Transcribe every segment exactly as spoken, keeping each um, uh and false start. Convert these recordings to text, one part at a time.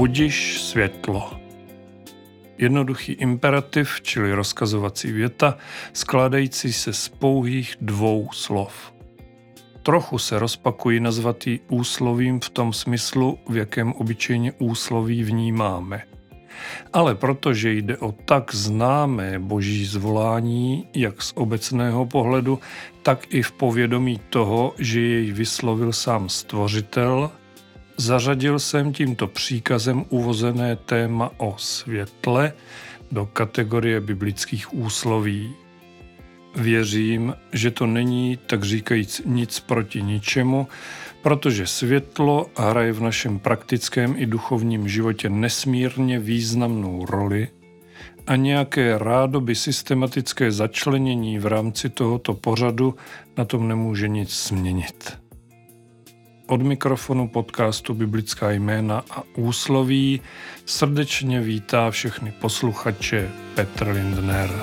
Budiš světlo. Jednoduchý imperativ, čili rozkazovací věta, skládající se z pouhých dvou slov. Trochu se rozpakují nazvatý úslovím v tom smyslu, v jakém obyčejně úsloví vnímáme. Ale protože jde o tak známé boží zvolání, jak z obecného pohledu, tak i v povědomí toho, že jej vyslovil sám Stvořitel, zařadil jsem tímto příkazem uvozené téma o světle do kategorie biblických úsloví. Věřím, že to není, tak říkajíc, nic proti ničemu, protože světlo hraje v našem praktickém i duchovním životě nesmírně významnou roli a nějaké rádoby systematické začlenění v rámci tohoto pořadu na tom nemůže nic změnit. Od mikrofonu podcastu Biblická jména a úsloví srdečně vítá všechny posluchače Petr Lindner.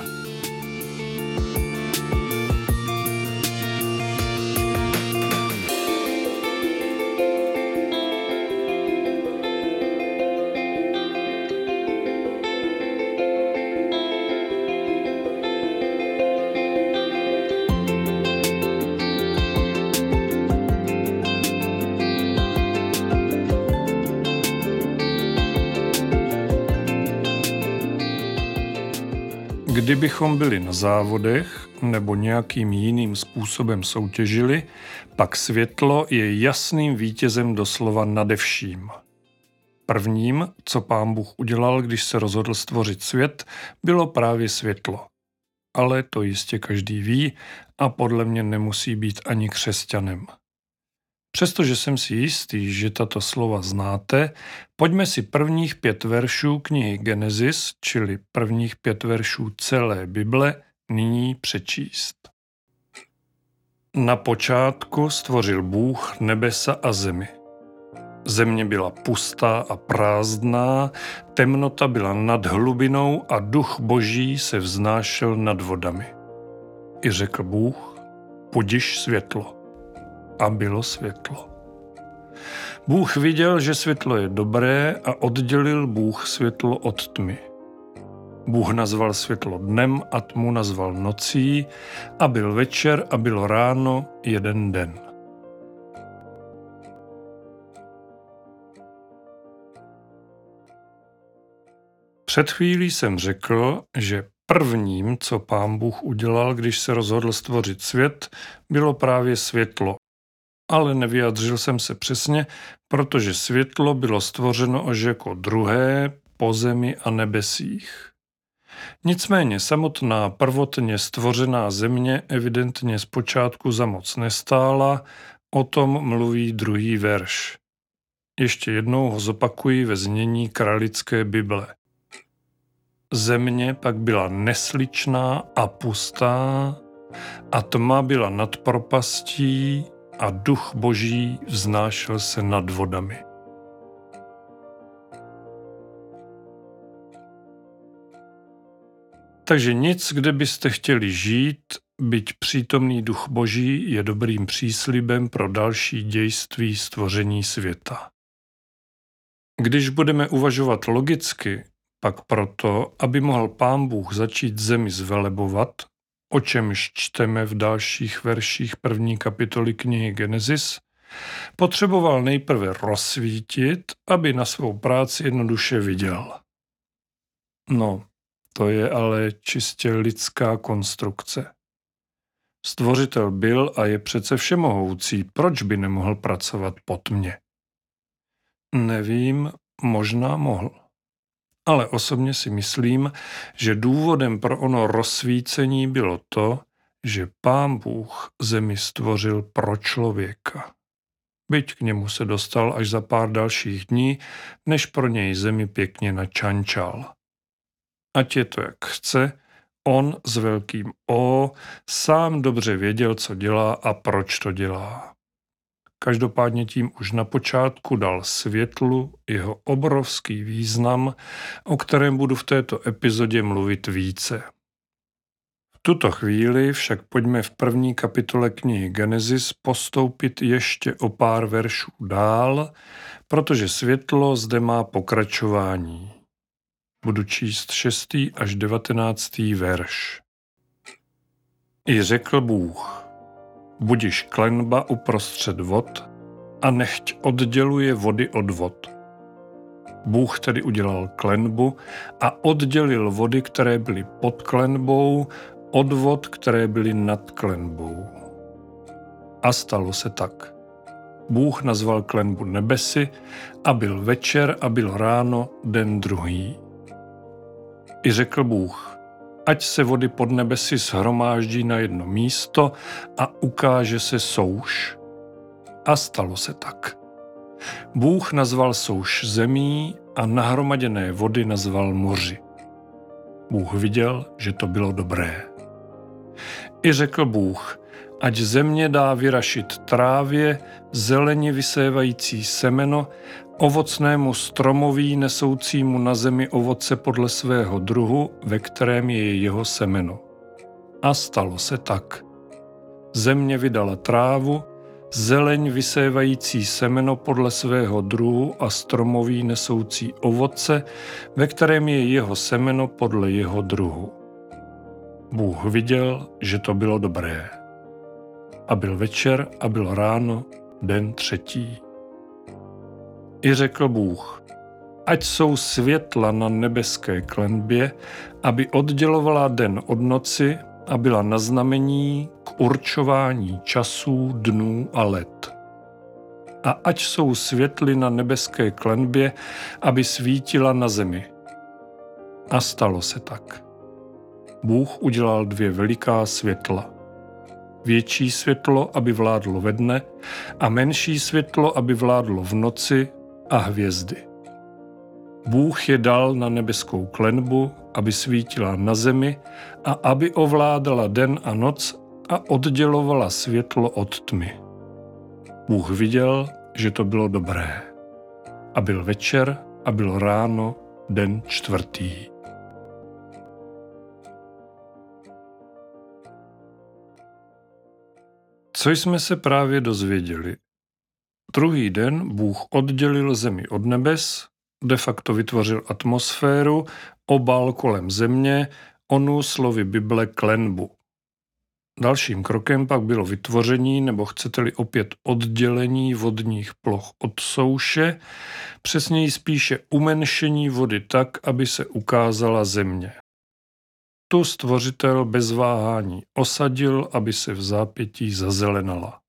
Kdybychom byli na závodech nebo nějakým jiným způsobem soutěžili, pak světlo je jasným vítězem doslova nade vším. Prvním, co Pán Bůh udělal, když se rozhodl stvořit svět, bylo právě světlo. Ale to jistě každý ví a podle mě nemusí být ani křesťanem. Přestože jsem si jistý, že tato slova znáte, pojďme si prvních pět veršů knihy Genesis, čili prvních pět veršů celé Bible, nyní přečíst. Na počátku stvořil Bůh nebesa a zemi. Země byla pustá a prázdná, temnota byla nad hlubinou a duch Boží se vznášel nad vodami. I řekl Bůh, budiš světlo. A bylo světlo. Bůh viděl, že světlo je dobré a oddělil Bůh světlo od tmy. Bůh nazval světlo dnem a tmu nazval nocí a byl večer a bylo ráno jeden den. Před chvílí jsem řekl, že prvním, co Pán Bůh udělal, když se rozhodl stvořit svět, bylo právě světlo. Ale nevyjadřil jsem se přesně, protože světlo bylo stvořeno až jako druhé po zemi a nebesích. Nicméně samotná prvotně stvořená země evidentně zpočátku za moc nestála, o tom mluví druhý verš. Ještě jednou ho zopakuji ve znění kralické Bible. Země pak byla nesličná a pustá a tma byla nad propastí, a duch Boží vznášel se nad vodami. Takže nic, kde byste chtěli žít, byť přítomný duch Boží je dobrým příslibem pro další dějství stvoření světa. Když budeme uvažovat logicky, pak proto, aby mohl Pán Bůh začít zemi zvelebovat, o čemž čteme v dalších verších první kapitoly knihy Genesis, potřeboval nejprve rozsvítit, aby na svou práci jednoduše viděl. No, to je ale čistě lidská konstrukce. Stvořitel byl a je přece všemohoucí, proč by nemohl pracovat po tmě? Nevím, možná mohl. Ale osobně si myslím, že důvodem pro ono rozsvícení bylo to, že Pán Bůh zemi stvořil pro člověka. Byť k němu se dostal až za pár dalších dní, než pro něj zemi pěkně načančal. Ať je to jak chce, on s velkým O sám dobře věděl, co dělá a proč to dělá. Každopádně tím už na počátku dal světlu jeho obrovský význam, o kterém budu v této epizodě mluvit více. V tuto chvíli však pojďme v první kapitole knihy Genesis postoupit ještě o pár veršů dál, protože světlo zde má pokračování. Budu číst šestý až devatenáctý verš. I řekl Bůh, budiš klenba uprostřed vod a nechť odděluje vody od vod. Bůh tedy udělal klenbu a oddělil vody, které byly pod klenbou, od vod, které byly nad klenbou. A stalo se tak. Bůh nazval klenbu nebesy a byl večer a bylo ráno den druhý. I řekl Bůh, ať se vody pod nebesy shromáždí na jedno místo a ukáže se souš. A stalo se tak. Bůh nazval souš zemí a nahromaděné vody nazval moři. Bůh viděl, že to bylo dobré. I řekl Bůh, ať země dá vyrašit trávě, zeleni vysévající semeno, ovocnému stromoví nesoucímu na zemi ovoce podle svého druhu, ve kterém je jeho semeno. A stalo se tak. Země vydala trávu, zeleň vysévající semeno podle svého druhu a stromoví nesoucí ovoce, ve kterém je jeho semeno podle jeho druhu. Bůh viděl, že to bylo dobré. A byl večer a bylo ráno, den třetí. I řekl Bůh, ať jsou světla na nebeské klenbě, aby oddělovala den od noci a byla na znamení k určování časů, dnů a let. A ať jsou světly na nebeské klenbě, aby svítila na zemi. A stalo se tak. Bůh udělal dvě veliká světla. Větší světlo, aby vládlo ve dne, a menší světlo, aby vládlo v noci, a hvězdy. Bůh je dal na nebeskou klenbu, aby svítila na zemi a aby ovládala den a noc a oddělovala světlo od tmy. Bůh viděl, že to bylo dobré. A byl večer a bylo ráno, den čtvrtý. Co jsme se právě dozvěděli? Druhý den Bůh oddělil zemi od nebes, de facto vytvořil atmosféru, obal kolem země, onu slovy Bible klenbu. Dalším krokem pak bylo vytvoření, nebo chcete-li opět oddělení vodních ploch od souše, přesněji spíše umenšení vody tak, aby se ukázala země. Tu stvořitel bez váhání osadil, aby se v zápětí zazelenala.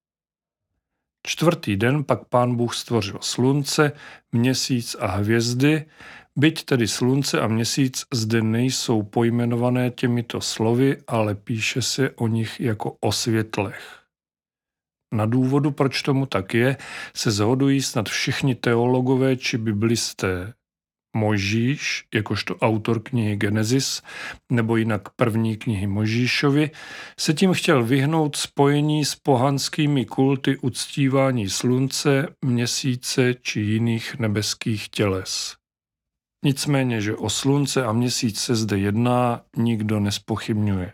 Čtvrtý den pak Pán Bůh stvořil slunce, měsíc a hvězdy, byť tedy slunce a měsíc zde nejsou pojmenované těmito slovy, ale píše se o nich jako o světlech. Na důvodu, proč tomu tak je, se shodují snad všichni teologové či biblisté. Mojžíš, jakožto autor knihy Genesis, nebo jinak první knihy Mojžíšovi, se tím chtěl vyhnout spojení s pohanskými kulty uctívání slunce, měsíce či jiných nebeských těles. Nicméně, že o slunce a měsíc se zde jedná, nikdo nezpochybňuje.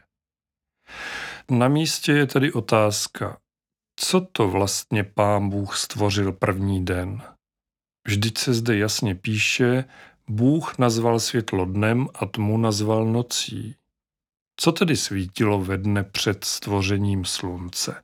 Na místě je tedy otázka, co to vlastně Pán Bůh stvořil první den? Vždyť se zde jasně píše, Bůh nazval světlo dnem a tmu nazval nocí. Co tedy svítilo ve dne před stvořením slunce?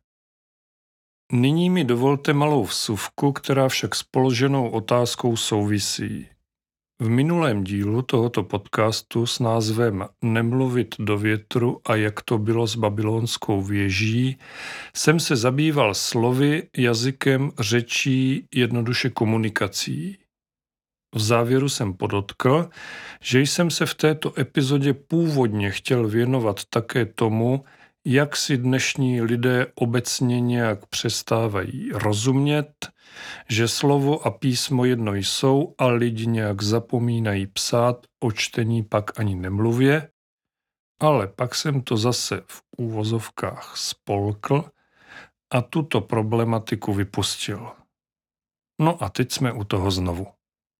Nyní mi dovolte malou vsuvku, která však s položenou otázkou souvisí. V minulém dílu tohoto podcastu s názvem Nemluvit do větru a jak to bylo s babylonskou věží jsem se zabýval slovy, jazykem, řečí, jednoduše komunikací. V závěru jsem podotkl, že jsem se v této epizodě původně chtěl věnovat také tomu, jak si dnešní lidé obecně nějak přestávají rozumět, že slovo a písmo jedno jsou a lidi nějak zapomínají psát, o čtení pak ani nemluvě, ale pak jsem to zase v úvozovkách spolkl a tuto problematiku vypustil. No a teď jsme u toho znovu.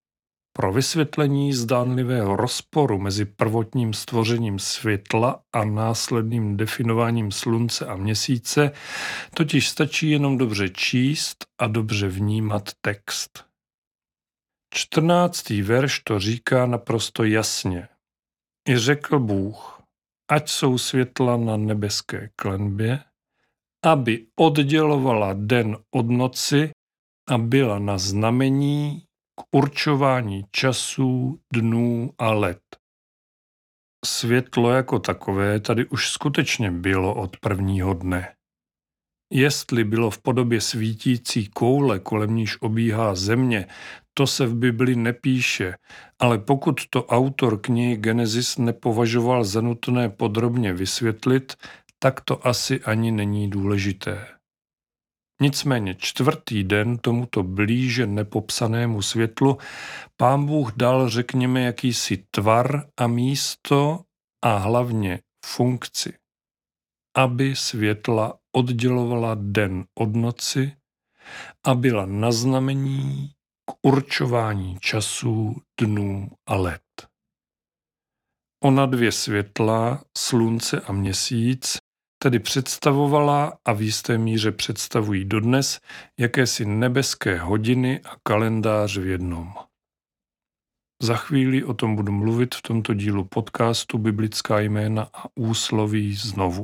Pro vysvětlení zdánlivého rozporu mezi prvotním stvořením světla a následným definováním slunce a měsíce totiž stačí jenom dobře číst a dobře vnímat text. Čtrnáctý verš to říká naprosto jasně. I řekl Bůh, ať jsou světla na nebeské klenbě, aby oddělovala den od noci a byla na znamení k určování časů, dnů a let. Světlo jako takové tady už skutečně bylo od prvního dne. Jestli bylo v podobě svítící koule, kolem níž obíhá země, to se v Bibli nepíše, ale pokud to autor knihy Genesis nepovažoval za nutné podrobně vysvětlit, tak to asi ani není důležité. Nicméně čtvrtý den tomuto blíže nepopsanému světlu Pán Bůh dal, řekněme, jakýsi tvar a místo a hlavně funkci, aby světla oddělovala den od noci a byla na znamení k určování časů, dnů a let. Ona dvě světla, slunce a měsíc, tedy představovala a v jisté míře představují dodnes jakési nebeské hodiny a kalendář v jednom. Za chvíli o tom budu mluvit v tomto dílu podcastu Biblická jména a úsloví znovu.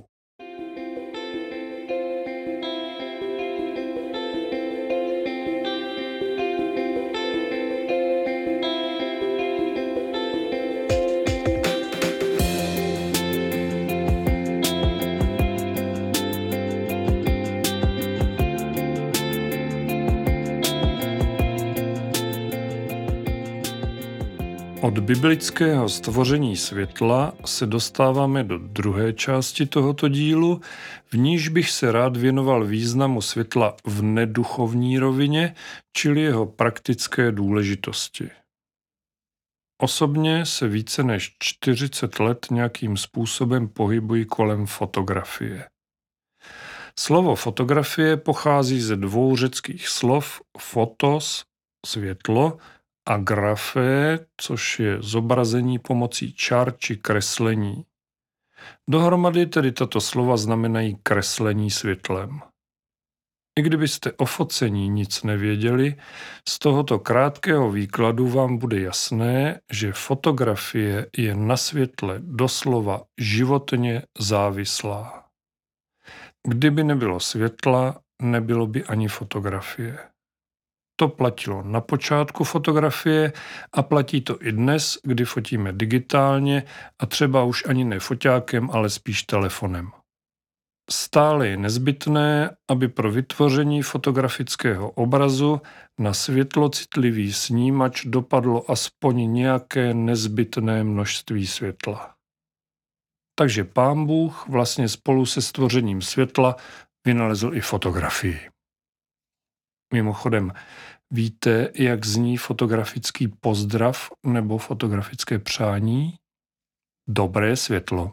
Od biblického stvoření světla se dostáváme do druhé části tohoto dílu, v níž bych se rád věnoval významu světla v neduchovní rovině, čili jeho praktické důležitosti. Osobně se více než čtyřicet let nějakým způsobem pohybuji kolem fotografie. Slovo fotografie pochází ze dvou řeckých slov fotos, světlo, a grafé, což je zobrazení pomocí čar či kreslení. Dohromady tedy tato slova znamenají kreslení světlem. I kdybyste o focení nic nevěděli, z tohoto krátkého výkladu vám bude jasné, že fotografie je na světle doslova životně závislá. Kdyby nebylo světla, nebylo by ani fotografie. To platilo na počátku fotografie a platí to i dnes, kdy fotíme digitálně a třeba už ani ne foťákem, ale spíš telefonem. Stále je nezbytné, aby pro vytvoření fotografického obrazu na světlocitlivý snímač dopadlo aspoň nějaké nezbytné množství světla. Takže Pán Bůh vlastně spolu se stvořením světla vynalezl i fotografii. Mimochodem, víte, jak zní fotografický pozdrav nebo fotografické přání? Dobré světlo.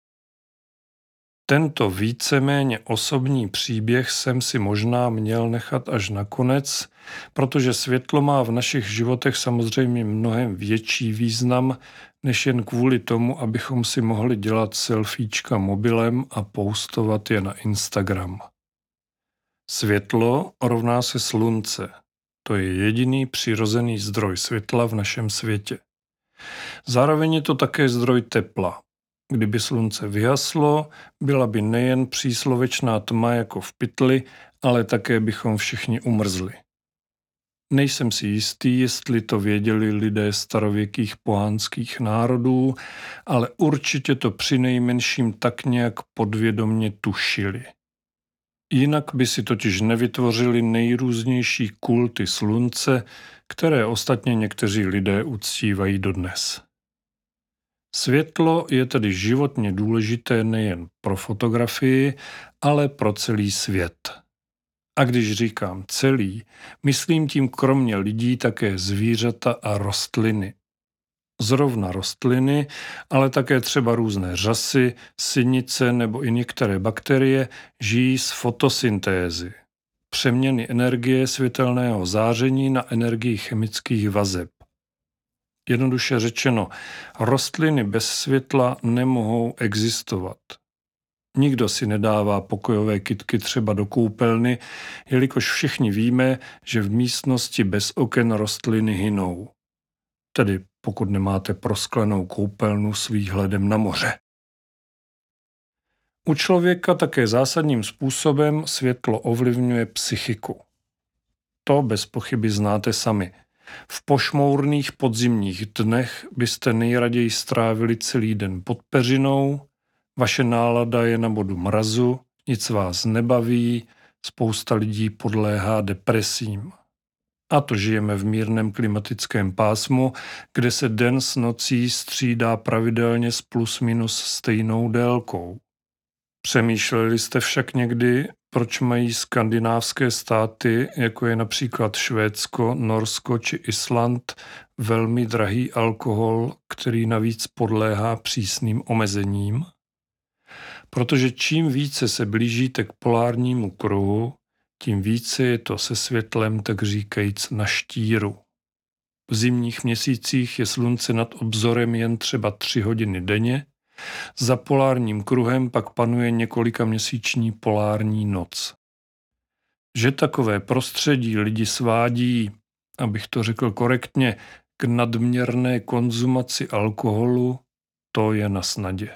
Tento víceméně osobní příběh jsem si možná měl nechat až na konec, protože světlo má v našich životech samozřejmě mnohem větší význam, než jen kvůli tomu, abychom si mohli dělat selfiečka mobilem a postovat je na Instagram. Světlo rovná se slunce. To je jediný přirozený zdroj světla v našem světě. Zároveň je to také zdroj tepla. Kdyby slunce vyhaslo, byla by nejen příslovečná tma jako v pytli, ale také bychom všichni umrzli. Nejsem si jistý, jestli to věděli lidé starověkých pohanských národů, ale určitě to přinejmenším tak nějak podvědomně tušili. Jinak by si totiž nevytvořili nejrůznější kulty slunce, které ostatně někteří lidé uctívají dodnes. Světlo je tedy životně důležité nejen pro fotografii, ale pro celý svět. A když říkám celý, myslím tím kromě lidí také zvířata a rostliny. Zrovna rostliny, ale také třeba různé řasy, synice nebo i některé bakterie žijí z fotosyntézy, přeměny energie světelného záření na energii chemických vazeb. Jednoduše řečeno, rostliny bez světla nemohou existovat. Nikdo si nedává pokojové kytky třeba do koupelny, jelikož všichni víme, že v místnosti bez oken rostliny hynou. Tedy pokud nemáte prosklenou koupelnu s výhledem na moře. U člověka také zásadním způsobem světlo ovlivňuje psychiku. To bez pochyby znáte sami. V pošmourných podzimních dnech byste nejraději strávili celý den pod peřinou, vaše nálada je na bodu mrazu, nic vás nebaví, spousta lidí podléhá depresím. A to žijeme v mírném klimatickém pásmu, kde se den s nocí střídá pravidelně s plus minus stejnou délkou. Přemýšleli jste však někdy, proč mají skandinávské státy, jako je například Švédsko, Norsko či Island, velmi drahý alkohol, který navíc podléhá přísným omezením? Protože čím více se blížíte k polárnímu kruhu, tím více je to se světlem, tak říkajíc, na štíru. V zimních měsících je slunce nad obzorem jen třeba tři hodiny denně, za polárním kruhem pak panuje několika měsíční polární noc. Že takové prostředí lidi svádí, abych to řekl korektně, k nadměrné konzumaci alkoholu, to je na snadě.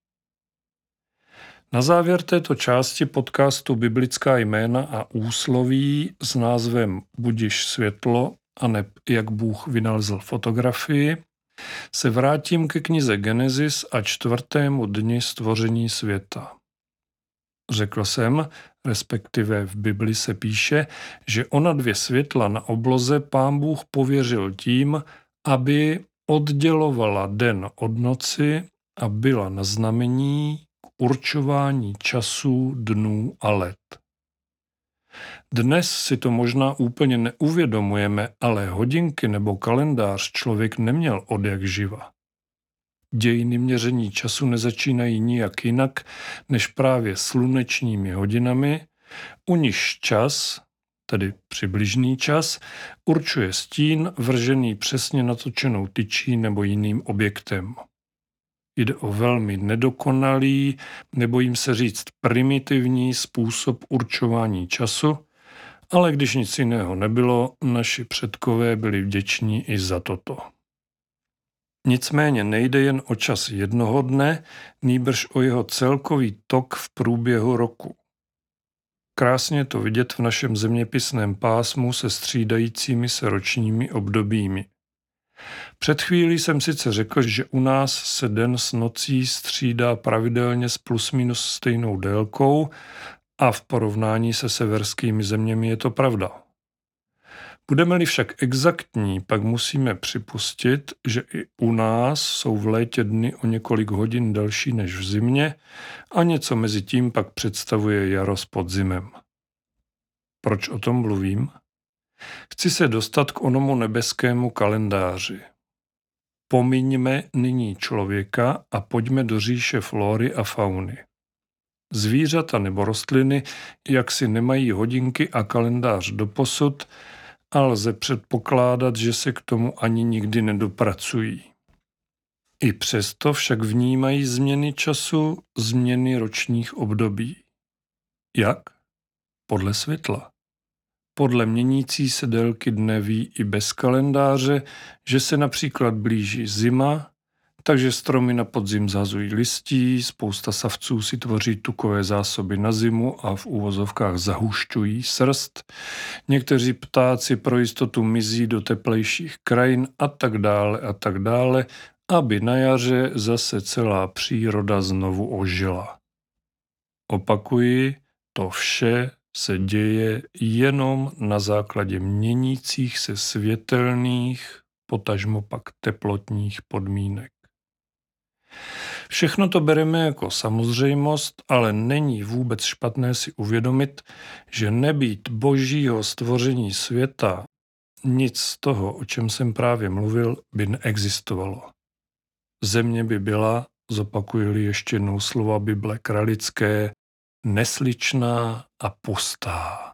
Na závěr této části podcastu Biblická jména a úsloví s názvem Budiš světlo aneb jak Bůh vynalezl fotografii se vrátím ke knize Genesis a čtvrtému dni stvoření světa. Řekl jsem, respektive v Bibli se píše, že ona dvě světla na obloze Pán Bůh pověřil tím, aby oddělovala den od noci a byla na znamení k určování časů, dnů a let. Dnes si to možná úplně neuvědomujeme, ale hodinky nebo kalendář člověk neměl od jak živa. Dějiny měření času nezačínají nijak jinak než právě slunečními hodinami, u nichž čas, tedy přibližný čas, určuje stín vržený přesně natočenou tyčí nebo jiným objektem. Jde o velmi nedokonalý, nebojím se říct primitivní způsob určování času, ale když nic jiného nebylo, naši předkové byli vděční i za toto. Nicméně nejde jen o čas jednoho dne, nýbrž o jeho celkový tok v průběhu roku. Krásně to vidět v našem zeměpisném pásmu se střídajícími se ročními obdobími. Před chvílí jsem sice řekl, že u nás se den s nocí střídá pravidelně s plus minus stejnou délkou a v porovnání se severskými zeměmi je to pravda. Budeme-li však exaktní, pak musíme připustit, že i u nás jsou v létě dny o několik hodin delší než v zimě a něco mezi tím pak představuje jaro s podzimem. Proč o tom mluvím? Chci se dostat k onomu nebeskému kalendáři. Pomiňme nyní člověka a pojďme do říše flóry a fauny. Zvířata nebo rostliny jaksi nemají hodinky a kalendář doposud a lze předpokládat, že se k tomu ani nikdy nedopracují. I přesto však vnímají změny času, změny ročních období. Jak? Podle světla. Podle měnící se délky dne ví i bez kalendáře, že se například blíží zima, takže stromy na podzim zhazují listí, spousta savců si tvoří tukové zásoby na zimu a v úvozovkách zahušťují srst, někteří ptáci pro jistotu mizí do teplejších krajin a tak dále a tak dále, aby na jaře zase celá příroda znovu ožila. Opakuji, to vše se děje jenom na základě měnících se světelných, potažmo pak teplotních podmínek. Všechno to bereme jako samozřejmost, ale není vůbec špatné si uvědomit, že nebýt božího stvoření světa, nic z toho, o čem jsem právě mluvil, by neexistovalo. Země by byla, zopakuji ještě jednou slova Bible kralické, nesličná a pustá.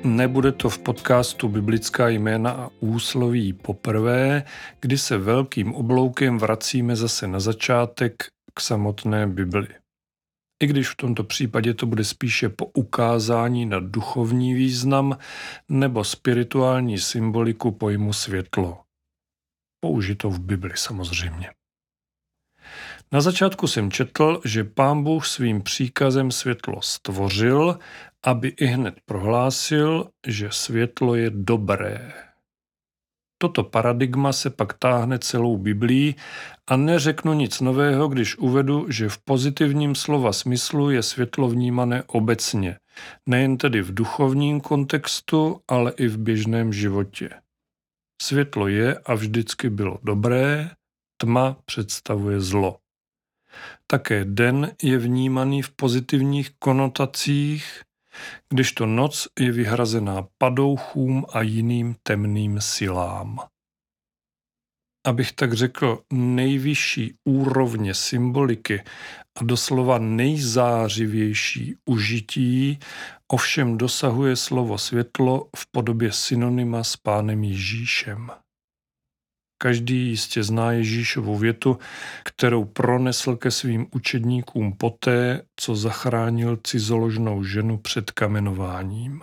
Nebude to v podcastu Biblická jména a úsloví poprvé, kdy se velkým obloukem vracíme zase na začátek k samotné Bibli. I když v tomto případě to bude spíše poukázání na duchovní význam nebo spirituální symboliku pojmu světlo. Použito v Bibli samozřejmě. Na začátku jsem četl, že Pán Bůh svým příkazem světlo stvořil, aby ihned prohlásil, že světlo je dobré. Toto paradigma se pak táhne celou Biblií a neřeknu nic nového, když uvedu, že v pozitivním slova smyslu je světlo vnímané obecně, nejen tedy v duchovním kontextu, ale i v běžném životě. Světlo je a vždycky bylo dobré, tma představuje zlo. Také den je vnímaný v pozitivních konotacích, kdežto noc je vyhrazená padouchům a jiným temným silám. Abych tak řekl, nejvyšší úrovně symboliky a doslova nejzářivější užití ovšem dosahuje slovo světlo v podobě synonyma s Pánem Ježíšem. Každý jistě zná Ježíšovu větu, kterou pronesl ke svým učedníkům poté, co zachránil cizoložnou ženu před kamenováním.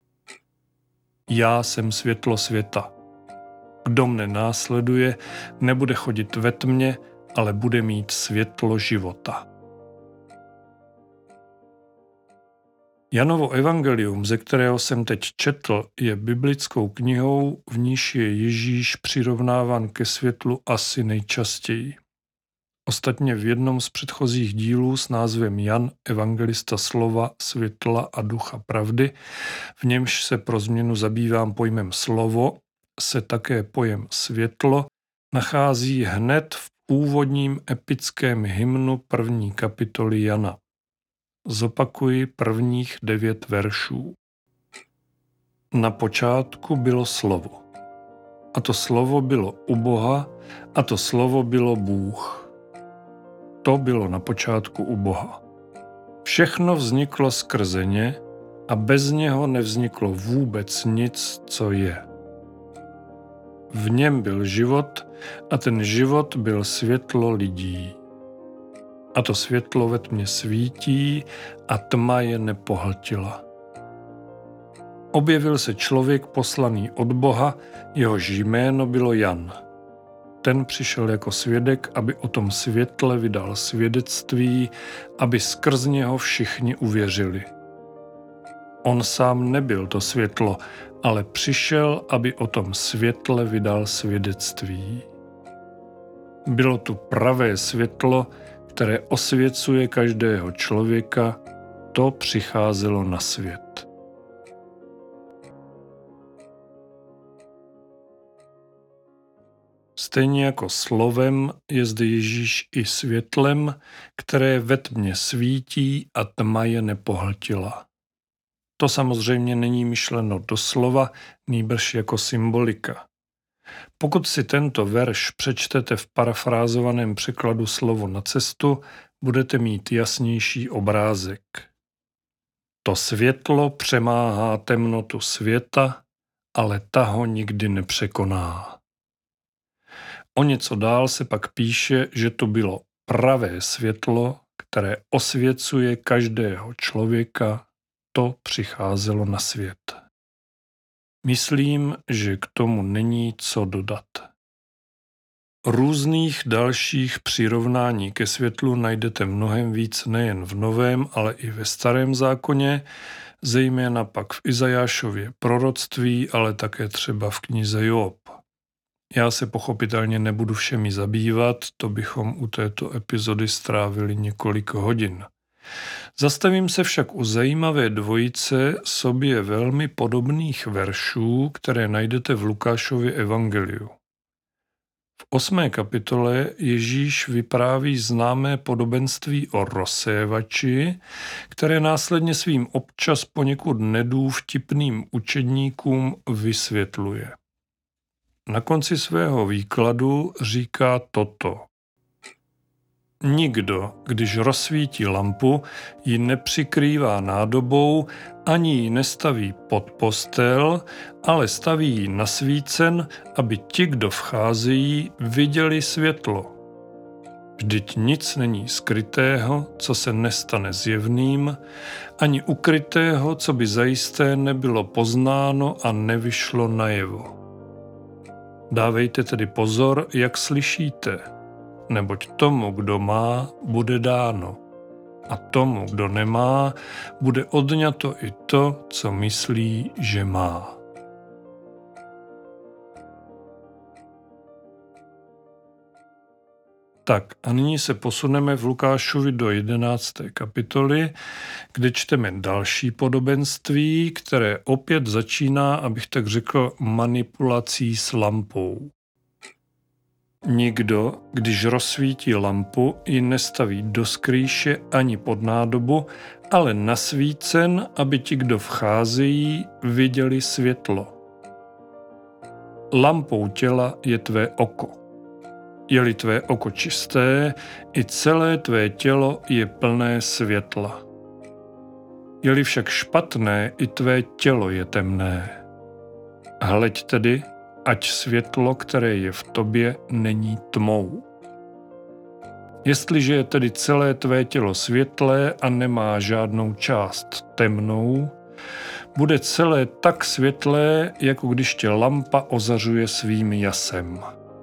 Já jsem světlo světa. Kdo mne následuje, nebude chodit ve tmě, ale bude mít světlo života. Janovo evangelium, ze kterého jsem teď četl, je biblickou knihou, v níž je Ježíš přirovnáván ke světlu asi nejčastěji. Ostatně v jednom z předchozích dílů s názvem Jan, evangelista slova, světla a ducha pravdy, v němž se pro změnu zabývám pojmem slovo, se také pojem světlo nachází hned v úvodním epickém hymnu první kapitoly Jana. Zopakuji prvních devět veršů. Na počátku bylo slovo. A to slovo bylo u Boha, a to slovo bylo Bůh. To bylo na počátku u Boha. Všechno vzniklo skrze ně a bez něho nevzniklo vůbec nic, co je. V něm byl život a ten život byl světlo lidí. A to světlo ve tmě svítí a tma je nepohltila. Objevil se člověk poslaný od Boha, jehož jméno bylo Jan. Ten přišel jako svědek, aby o tom světle vydal svědectví, aby skrz něho všichni uvěřili. On sám nebyl to světlo, ale přišel, aby o tom světle vydal svědectví. Bylo tu pravé světlo, které osvěcuje každého člověka, to přicházelo na svět. Stejně jako slovem je zde Ježíš i světlem, které ve tmě svítí a tma je nepohltila. To samozřejmě není myšleno doslova, nýbrž jako symbolika. Pokud si tento verš přečtete v parafrázovaném překladu Slovo na cestu, budete mít jasnější obrázek. To světlo přemáhá temnotu světa, ale ta ho nikdy nepřekoná. O něco dál se pak píše, že to bylo pravé světlo, které osvěcuje každého člověka, to přicházelo na svět. Myslím, že k tomu není co dodat. Různých dalších přirovnání ke světlu najdete mnohem víc nejen v Novém, ale i ve Starém zákoně, zejména pak v Izajášově proroctví, ale také třeba v knize Job. Já se pochopitelně nebudu všemi zabývat, to bychom u této epizody strávili několik hodin. Zastavím se však u zajímavé dvojice sobě velmi podobných veršů, které najdete v Lukášově evangeliu. V osmé kapitole Ježíš vypráví známé podobenství o rozsévači, které následně svým občas poněkud nedůvtipným učedníkům vysvětluje. Na konci svého výkladu říká toto. Nikdo, když rozsvítí lampu, ji nepřikrývá nádobou, ani ji nestaví pod postel, ale staví ji nasvícen, aby ti, kdo vcházejí, viděli světlo. Vždyť nic není skrytého, co se nestane zjevným, ani ukrytého, co by zajisté nebylo poznáno a nevyšlo najevo. Dávejte tedy pozor, jak slyšíte, neboť tomu, kdo má, bude dáno, a tomu, kdo nemá, bude odňato i to, co myslí, že má. Tak a nyní se posuneme v Lukášovi do jedenácté kapitoly, kde čteme další podobenství, které opět začíná, abych tak řekl, manipulací s lampou. Nikdo, když rozsvítí lampu, ji nestaví do skrýše ani pod nádobu, ale nasvícen, aby ti, kdo vcházejí, viděli světlo. Lampou těla je tvé oko. Je-li tvé oko čisté, i celé tvé tělo je plné světla. Je-li však špatné, i tvé tělo je temné. Hleď tedy, ať světlo, které je v tobě, není tmou. Jestliže je tedy celé tvé tělo světlé a nemá žádnou část temnou, bude celé tak světlé, jako když tě lampa ozařuje svým jasem.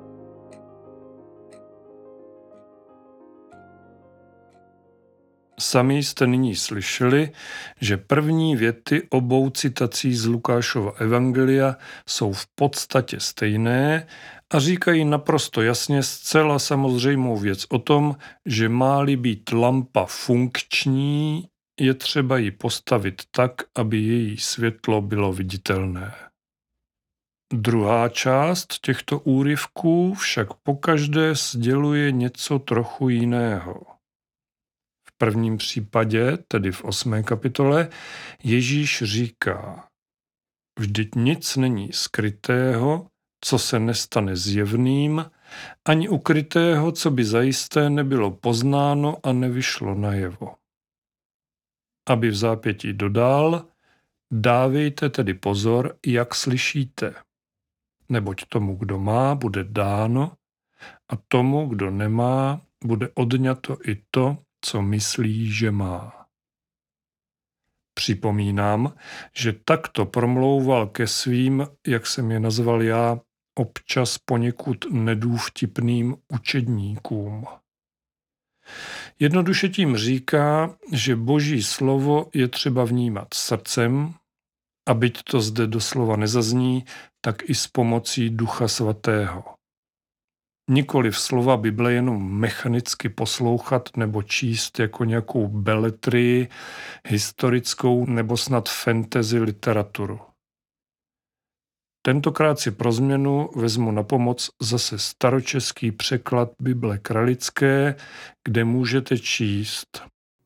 Sami jste nyní slyšeli, že první věty obou citací z Lukášova evangelia jsou v podstatě stejné a říkají naprosto jasně zcela samozřejmou věc o tom, že má-li být lampa funkční, je třeba ji postavit tak, aby její světlo bylo viditelné. Druhá část těchto úryvků však pokaždé sděluje něco trochu jiného. V prvním případě, tedy v osmé kapitole, Ježíš říká: vždyť nic není skrytého, co se nestane zjevným, ani ukrytého, co by zajisté nebylo poznáno a nevyšlo najevo. Aby v zápětí dodal: dávejte tedy pozor, jak slyšíte, neboť tomu, kdo má, bude dáno, a tomu, kdo nemá, bude odňato i to, co myslí, že má. Připomínám, že takto promlouval ke svým, jak jsem je nazval já, občas poněkud nedůvtipným učedníkům. Jednoduše tím říká, že Boží slovo je třeba vnímat srdcem, a byť to zde doslova nezazní, tak i s pomocí Ducha Svatého. Nikoliv slova Bible jenom mechanicky poslouchat nebo číst jako nějakou beletrii, historickou nebo snad fantasy literaturu. Tentokrát si pro změnu vezmu na pomoc zase staročeský překlad Bible Kralické, kde můžete číst: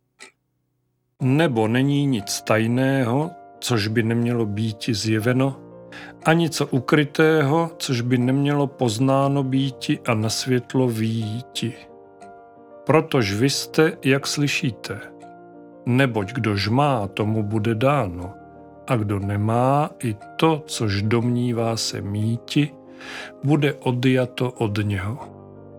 nebo není nic tajného, což by nemělo býti zjeveno, ani co ukrytého, což by nemělo poznáno býti a na světlo vyjíti. Protož vy jste, jak slyšíte. Neboť kdož má, tomu bude dáno, a kdo nemá, i to, což domnívá se míti, bude odjato od něho.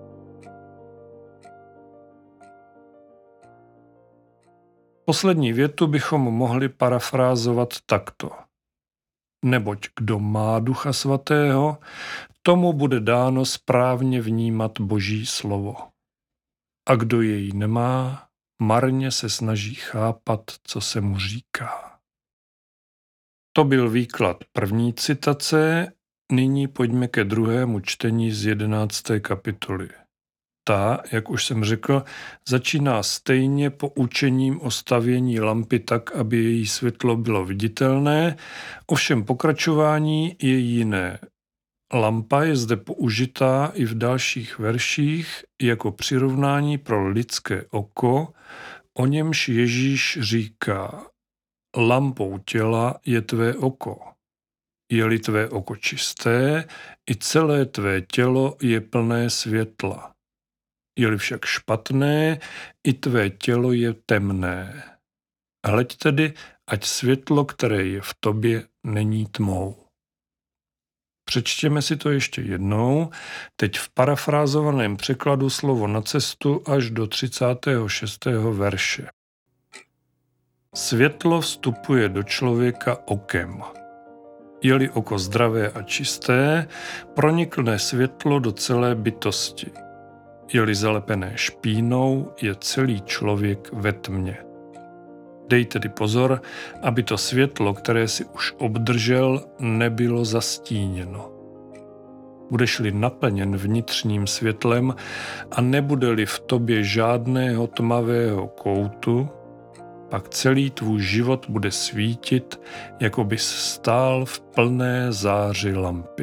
Poslední větu bychom mohli parafrázovat takto. Neboť kdo má Ducha Svatého, tomu bude dáno správně vnímat Boží slovo. A kdo jej nemá, marně se snaží chápat, co se mu říká. To byl výklad první citace, nyní pojďme ke druhému čtení z jedenácté kapitoly. Ta, jak už jsem řekl, začíná stejně poučením o stavění lampy tak, aby její světlo bylo viditelné, ovšem pokračování je jiné. Lampa je zde použitá i v dalších verších jako přirovnání pro lidské oko, o němž Ježíš říká: lampou těla je tvé oko. Je-li tvé oko čisté, i celé tvé tělo je plné světla. Je-li však špatné, i tvé tělo je temné. Hleď tedy, ať světlo, které je v tobě, není tmou. Přečtěme si to ještě jednou, teď v parafrázovaném překladu slovo na cestu až do třicátého šestého verše. Světlo vstupuje do člověka okem. Je-li oko zdravé a čisté, pronikne světlo do celé bytosti. Je-li zalepené špínou, je celý člověk ve tmě. Dej tedy pozor, aby to světlo, které si už obdržel, nebylo zastíněno. Budeš-li naplněn vnitřním světlem a nebude-li v tobě žádného tmavého koutu, pak celý tvůj život bude svítit, jako bys stál v plné záři lampy.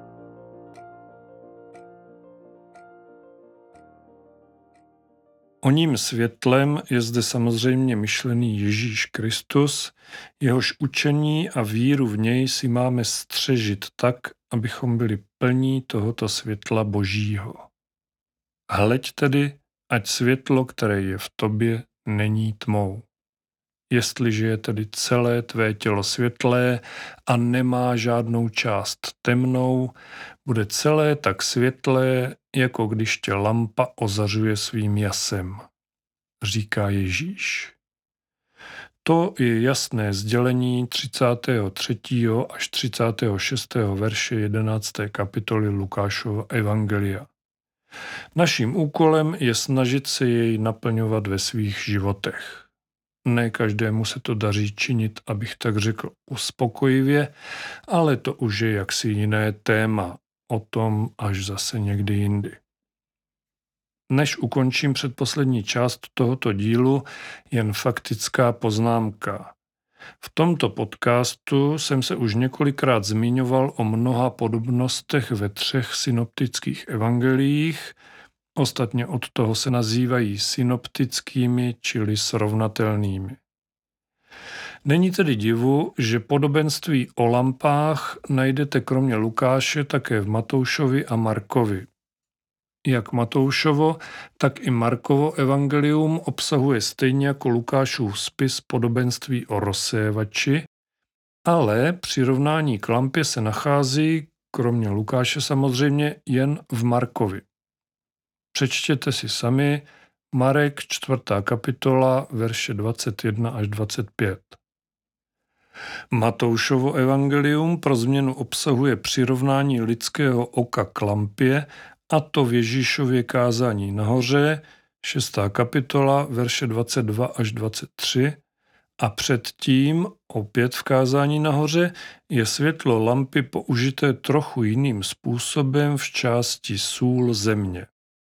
Oním světlem je zde samozřejmě myšlený Ježíš Kristus, jehož učení a víru v něj si máme střežit tak, abychom byli plní tohoto světla Božího. Hleď tedy, ať světlo, které je v tobě, není tmou. Jestliže je tedy celé tvé tělo světlé a nemá žádnou část temnou, bude celé tak světlé, jako když tě lampa ozařuje svým jasem, říká Ježíš. To je jasné sdělení třicátého třetího až třicátého šestého verše jedenácté kapitoly Lukášova evangelia. Naším úkolem je snažit se jej naplňovat ve svých životech. Ne každému se to daří činit, abych tak řekl, uspokojivě, ale to už je jaksi jiné téma, o tom až zase někdy jindy. Než ukončím předposlední část tohoto dílu, jen faktická poznámka. V tomto podcastu jsem se už několikrát zmiňoval o mnoha podobnostech ve třech synoptických evangeliích, ostatně od toho se nazývají synoptickými, čili srovnatelnými. Není tedy divu, že podobenství o lampách najdete kromě Lukáše také v Matoušovi a Markovi. Jak Matoušovo, tak i Markovo evangelium obsahuje stejně jako Lukášův spis podobenství o rozsévači, ale přirovnání k lampě se nachází, kromě Lukáše samozřejmě, jen v Markovi. Přečtěte si sami Marek čtvrtá kapitola, verše dvacet jedna až dvacet pět. Matoušovo evangelium pro změnu obsahuje přirovnání lidského oka k lampě, a to v Ježíšově kázání nahoře, šestá kapitola, verše dvacet dva až dvacet tři, a předtím, opět v kázání nahoře, je světlo lampy použité trochu jiným způsobem v části sůl země.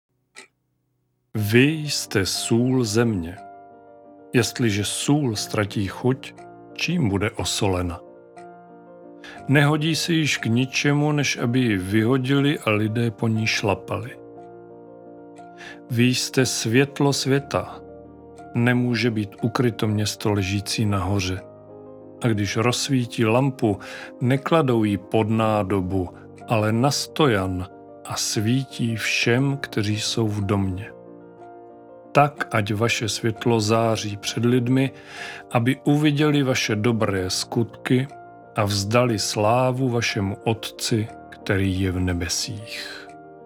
Vy jste sůl země. Jestliže sůl ztratí chuť, čím bude osolena? Nehodí se již k ničemu, než aby ji vyhodili a lidé po ní šlapali. Vy jste světlo světa. Nemůže být ukryto město ležící nahoře. A když rozsvítí lampu, nekladou ji pod nádobu, ale na stojan a svítí všem, kteří jsou v domě. Tak, ať vaše světlo září před lidmi, aby uviděli vaše dobré skutky a vzdali slávu vašemu Otci, který je v nebesích.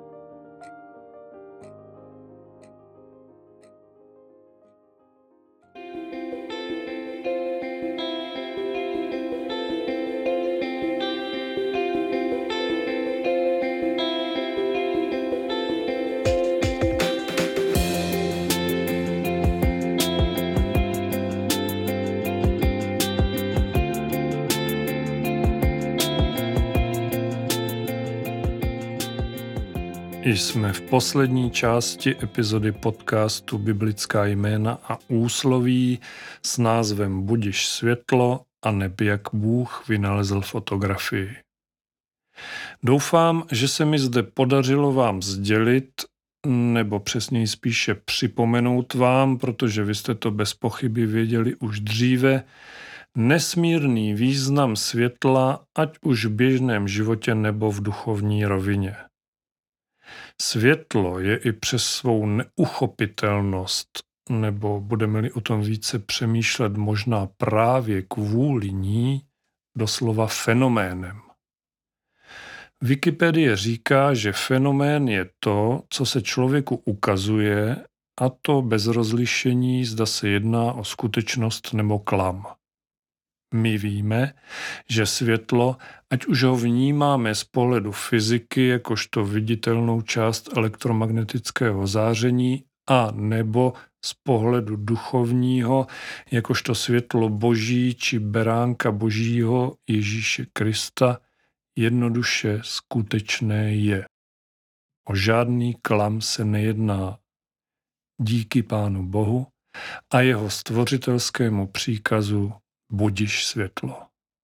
Jsme v poslední části epizody podcastu Biblická jména a úsloví s názvem Budiš světlo a neb jak Bůh vynalezl fotografii. Doufám, že se mi zde podařilo vám sdělit, nebo přesněji spíše připomenout vám, protože vy jste to bez pochyby věděli už dříve, nesmírný význam světla, ať už v běžném životě nebo v duchovní rovině. Světlo je i přes svou neuchopitelnost, nebo budeme-li o tom více přemýšlet, možná právě kvůli ní, doslova fenoménem. Wikipedie říká, že fenomén je to, co se člověku ukazuje, a to bez rozlišení, zda se jedná o skutečnost nebo klam. My víme, že světlo, ať už ho vnímáme z pohledu fyziky jakožto viditelnou část elektromagnetického záření a nebo z pohledu duchovního jakožto světlo Boží či beránka Božího Ježíše Krista, jednoduše skutečné je. O žádný klam se nejedná. Díky Pánu Bohu a jeho stvořitelskému příkazu budiš světlo.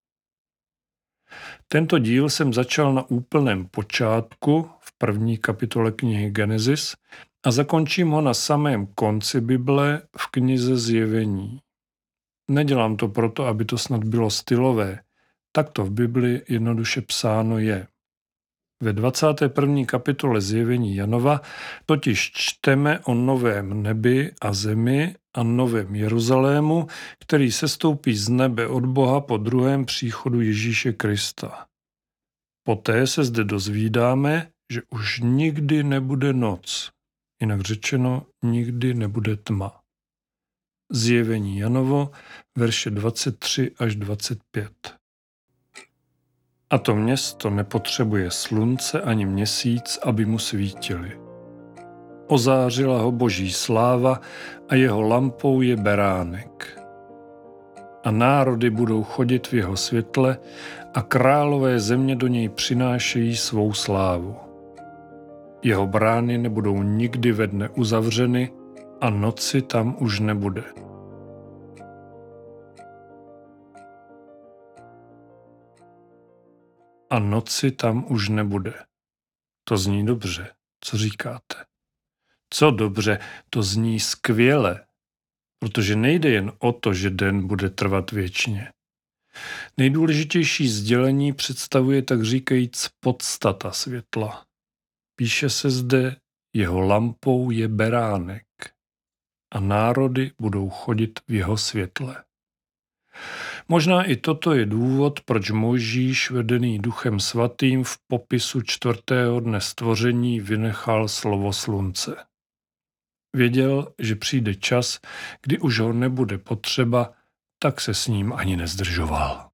Tento díl jsem začal na úplném počátku v první kapitole knihy Genesis a zakončím ho na samém konci Bible v knize Zjevení. Nedělám to proto, aby to snad bylo stylové, tak to v Bibli jednoduše psáno je. Ve dvacáté první kapitole Zjevení Janova totiž čteme o novém nebi a zemi a novém Jeruzalému, který sestoupí z nebe od Boha po druhém příchodu Ježíše Krista. Poté se zde dozvídáme, že už nikdy nebude noc, jinak řečeno nikdy nebude tma. Zjevení Janovo, verše dvacet tři až dvacet pět. A to město nepotřebuje slunce ani měsíc, aby mu svítili. Ozářila ho Boží sláva a jeho lampou je beránek. A národy budou chodit v jeho světle a králové země do něj přinášejí svou slávu. Jeho brány nebudou nikdy ve dne uzavřeny a noci tam už nebude. A noci tam už nebude. To zní dobře, co říkáte? Co dobře, to zní skvěle, protože nejde jen o to, že den bude trvat věčně. Nejdůležitější sdělení představuje tak říkajíc podstata světla. Píše se zde, jeho lampou je beránek a národy budou chodit v jeho světle. Možná i toto je důvod, proč Mojžíš, vedený Duchem Svatým, v popisu čtvrtého dne stvoření vynechal slovo slunce. Věděl, že přijde čas, kdy už ho nebude potřeba, tak se s ním ani nezdržoval.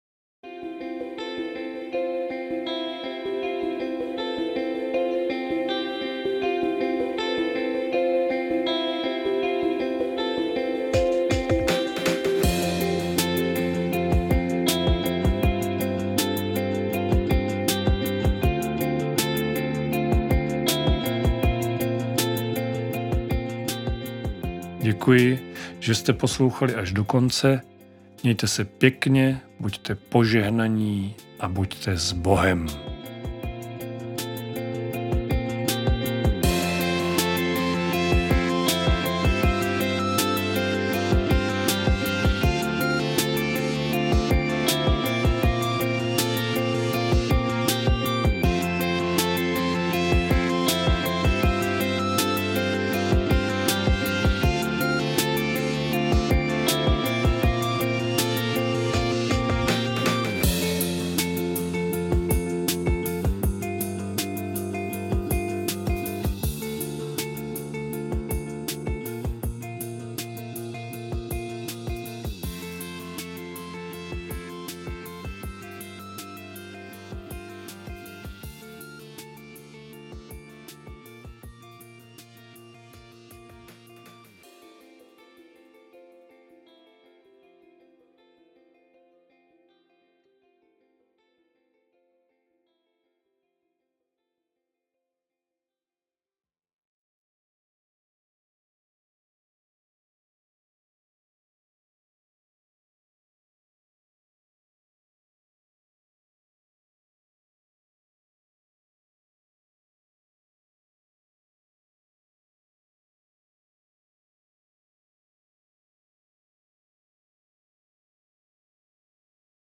Děkuji, že jste poslouchali až do konce. Mějte se pěkně, buďte požehnaní a buďte s Bohem.